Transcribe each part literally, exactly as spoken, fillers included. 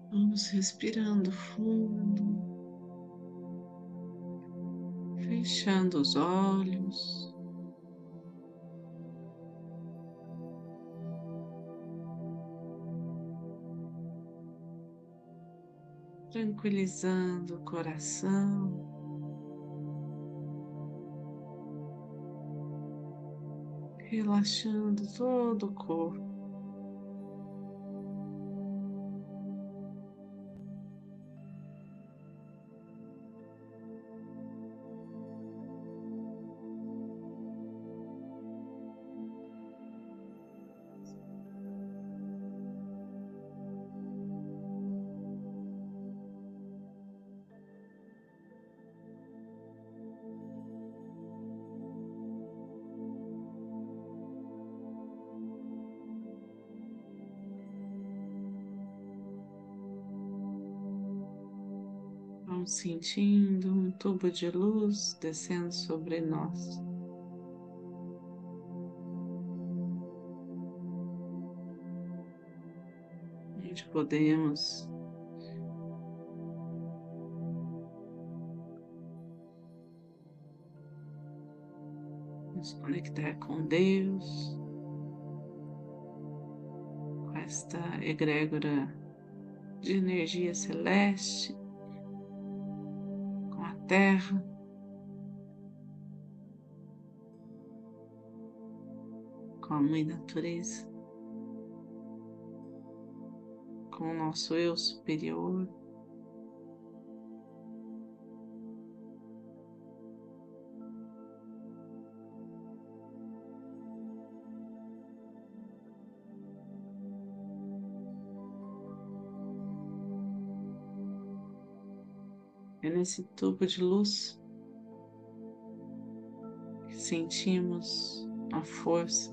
Vamos respirando fundo, fechando os olhos, tranquilizando o coração, relaxando todo o corpo. Vamos sentindo um tubo de luz descendo sobre nós. Onde podemos nos conectar com Deus, com esta egrégora de energia celeste, com a Terra, com a Mãe Natureza, com o nosso Eu superior. É nesse tubo de luz que sentimos a força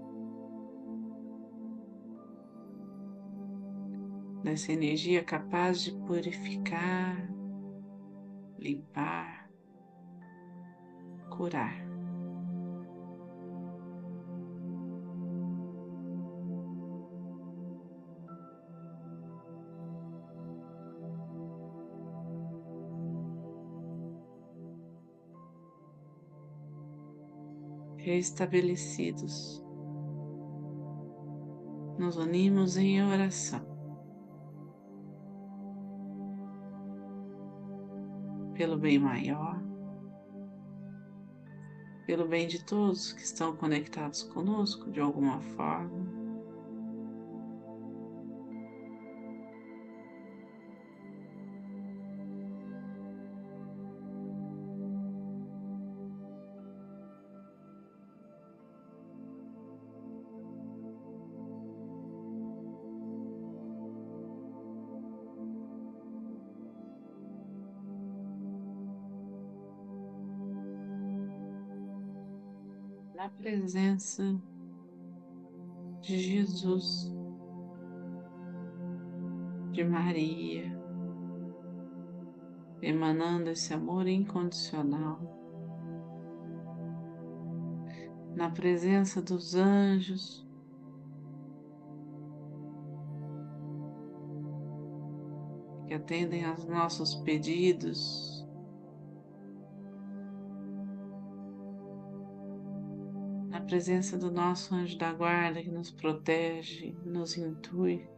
dessa energia capaz de purificar, limpar, curar. Restabelecidos, nos unimos em oração pelo bem maior, pelo bem de todos que estão conectados conosco de alguma forma. Na presença de Jesus, de Maria, emanando esse amor incondicional, na presença dos anjos, que atendem aos nossos pedidos, na presença do nosso anjo da guarda que nos protege, nos intui.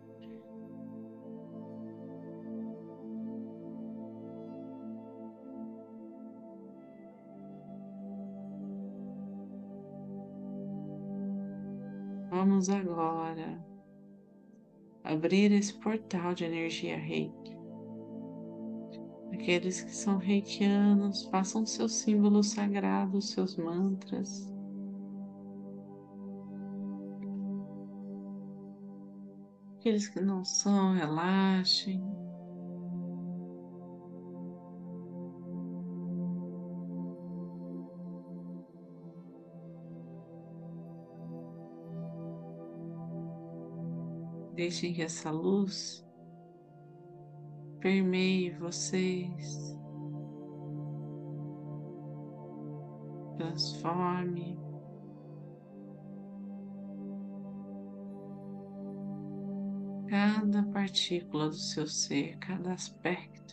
Vamos agora abrir esse portal de energia Reiki. Aqueles que são reikianos, façam seus símbolos sagrados, seus mantras. Aqueles que não são, relaxem. Deixem que essa luz permeie vocês, transforme, cada partícula do seu ser, cada aspecto.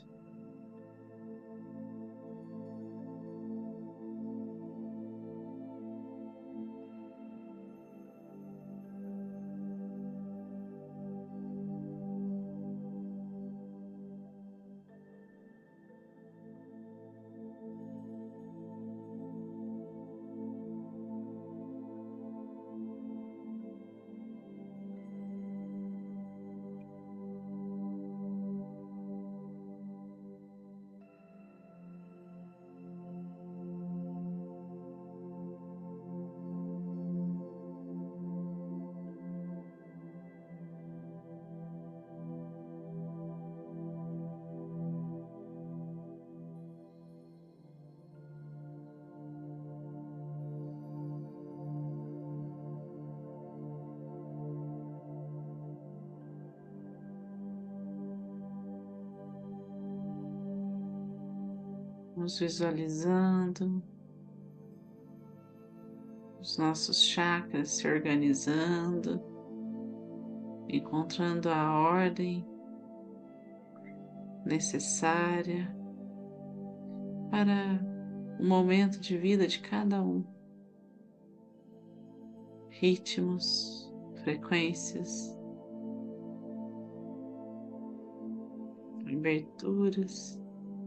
Vamos visualizando os nossos chakras se organizando, encontrando a ordem necessária para o momento de vida de cada um. Ritmos, frequências, aberturas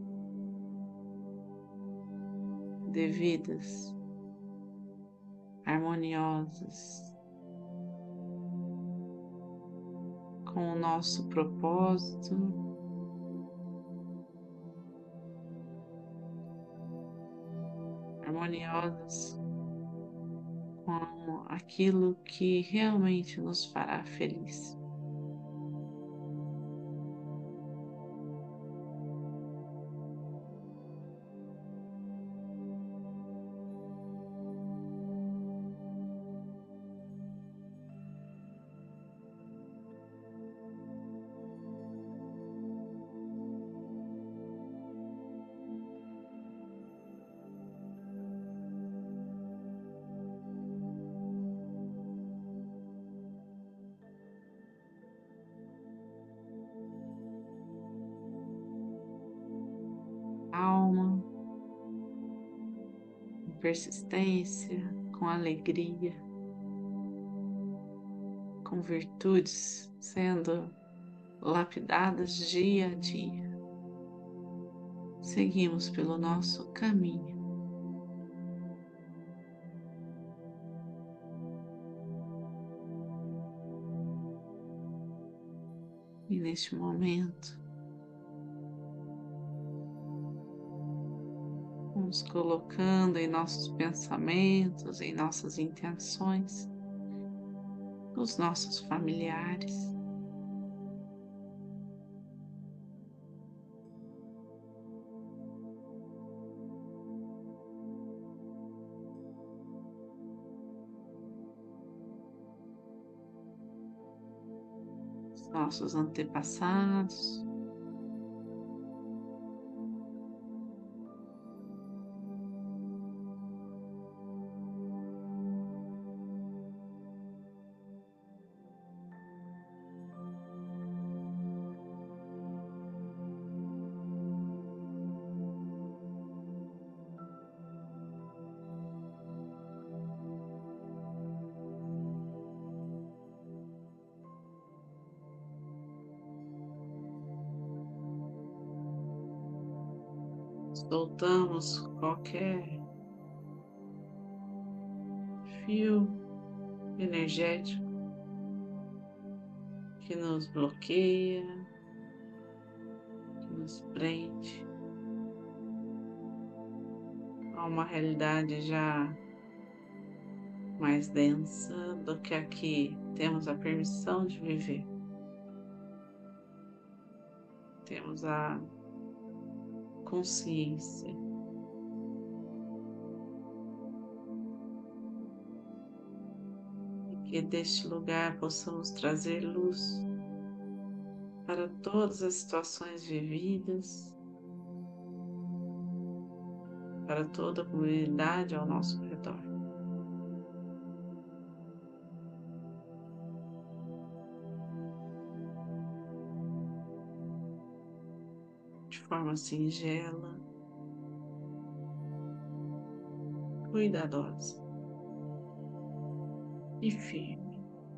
devidas, harmoniosas, com o nosso propósito, harmoniosas com aquilo que realmente nos fará feliz. Alma, com persistência, com alegria, com virtudes sendo lapidadas dia a dia. Seguimos pelo nosso caminho. E neste momento, vamos colocando em nossos pensamentos, em nossas intenções, os nossos familiares. Os nossos antepassados. Soltamos qualquer fio energético que nos bloqueia, que nos prende a uma realidade já mais densa do que a que temos a permissão de viver. Temos a consciência e que deste lugar possamos trazer luz para todas as situações vividas, para toda a comunidade ao nosso redor. de forma singela, cuidadosa e firme.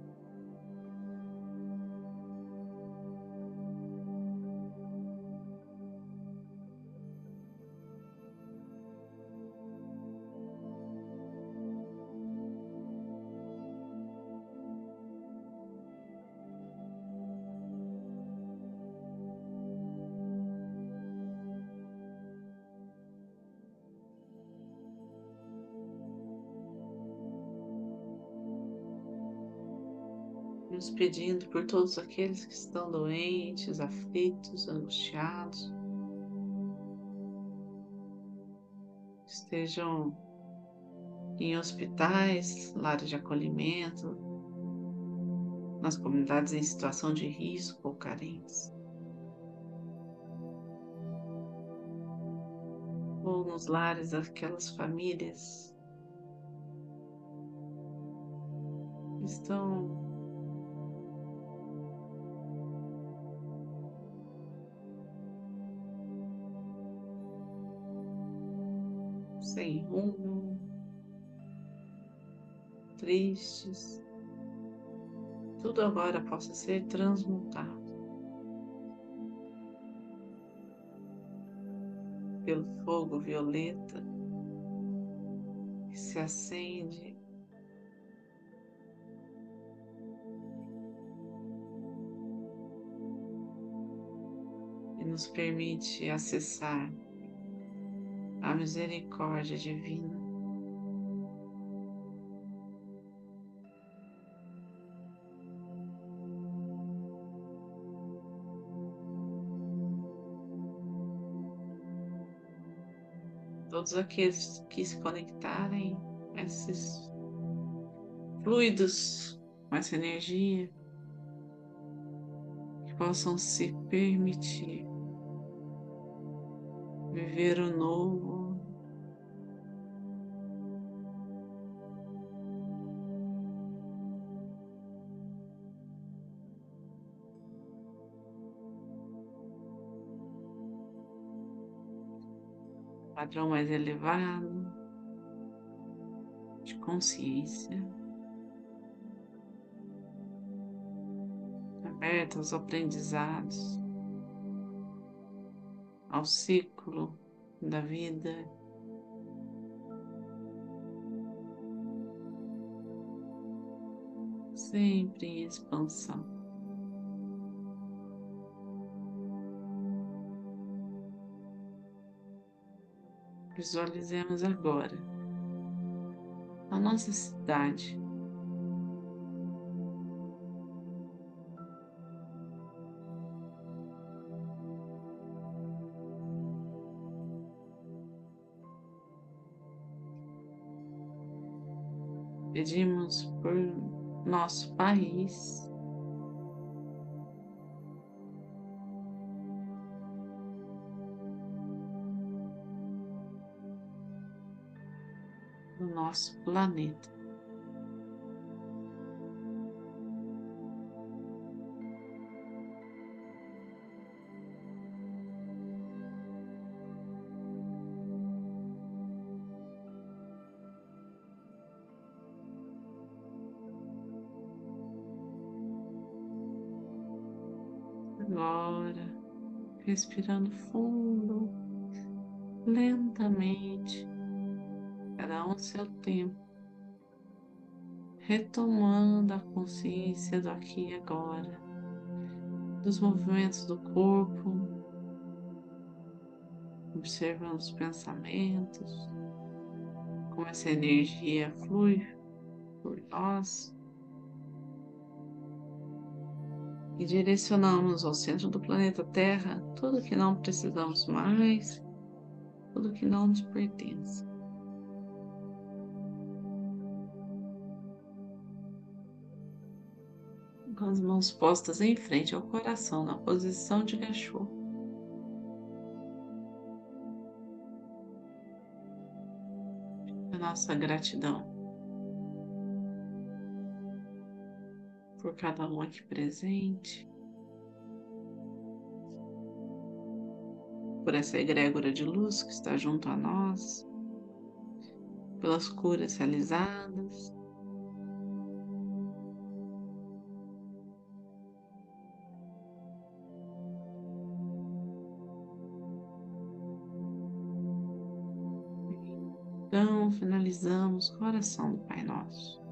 Nos pedindo por todos aqueles que estão doentes, aflitos, angustiados, estejam em hospitais, lares de acolhimento, nas comunidades em situação de risco ou carentes, ou nos lares daquelas famílias que estão sem rumo, tristes, tudo agora possa ser transmutado pelo fogo violeta que se acende e nos permite acessar a misericórdia divina. Todos aqueles que se conectarem a esses fluidos, com essa energia, que possam se permitir viver o novo, padrão mais elevado de consciência, aberto aos aprendizados, ao ciclo da vida, sempre em expansão. Visualizemos agora a nossa cidade, pedimos por nosso país, do nosso planeta. Agora, respirando fundo, lentamente, cada um seu tempo, retomando a consciência do aqui e agora, dos movimentos do corpo, observando os pensamentos, como essa energia flui por nós e direcionamos ao centro do planeta Terra tudo que não precisamos mais, tudo que não nos pertence. Com as mãos postas em frente ao coração, na posição de cachorro. A nossa gratidão por cada um aqui presente. por essa egrégora de luz que está junto a nós, pelas curas realizadas. Então, finalizamos com a oração do Pai Nosso.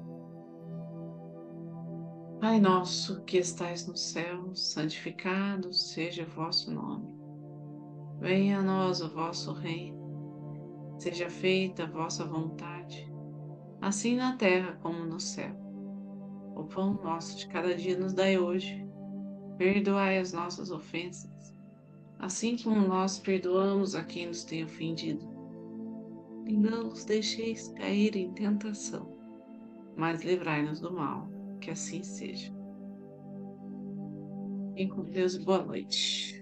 Pai nosso que estais no céu, santificado seja o vosso nome. Venha a nós o vosso reino. Seja feita a vossa vontade, assim na terra como no céu. O pão nosso de cada dia nos dai hoje. Perdoai as nossas ofensas, assim como nós perdoamos a quem nos tem ofendido. E não nos deixeis cair em tentação, mas livrai-nos do mal, que assim seja. Fiquem com Deus e boa noite.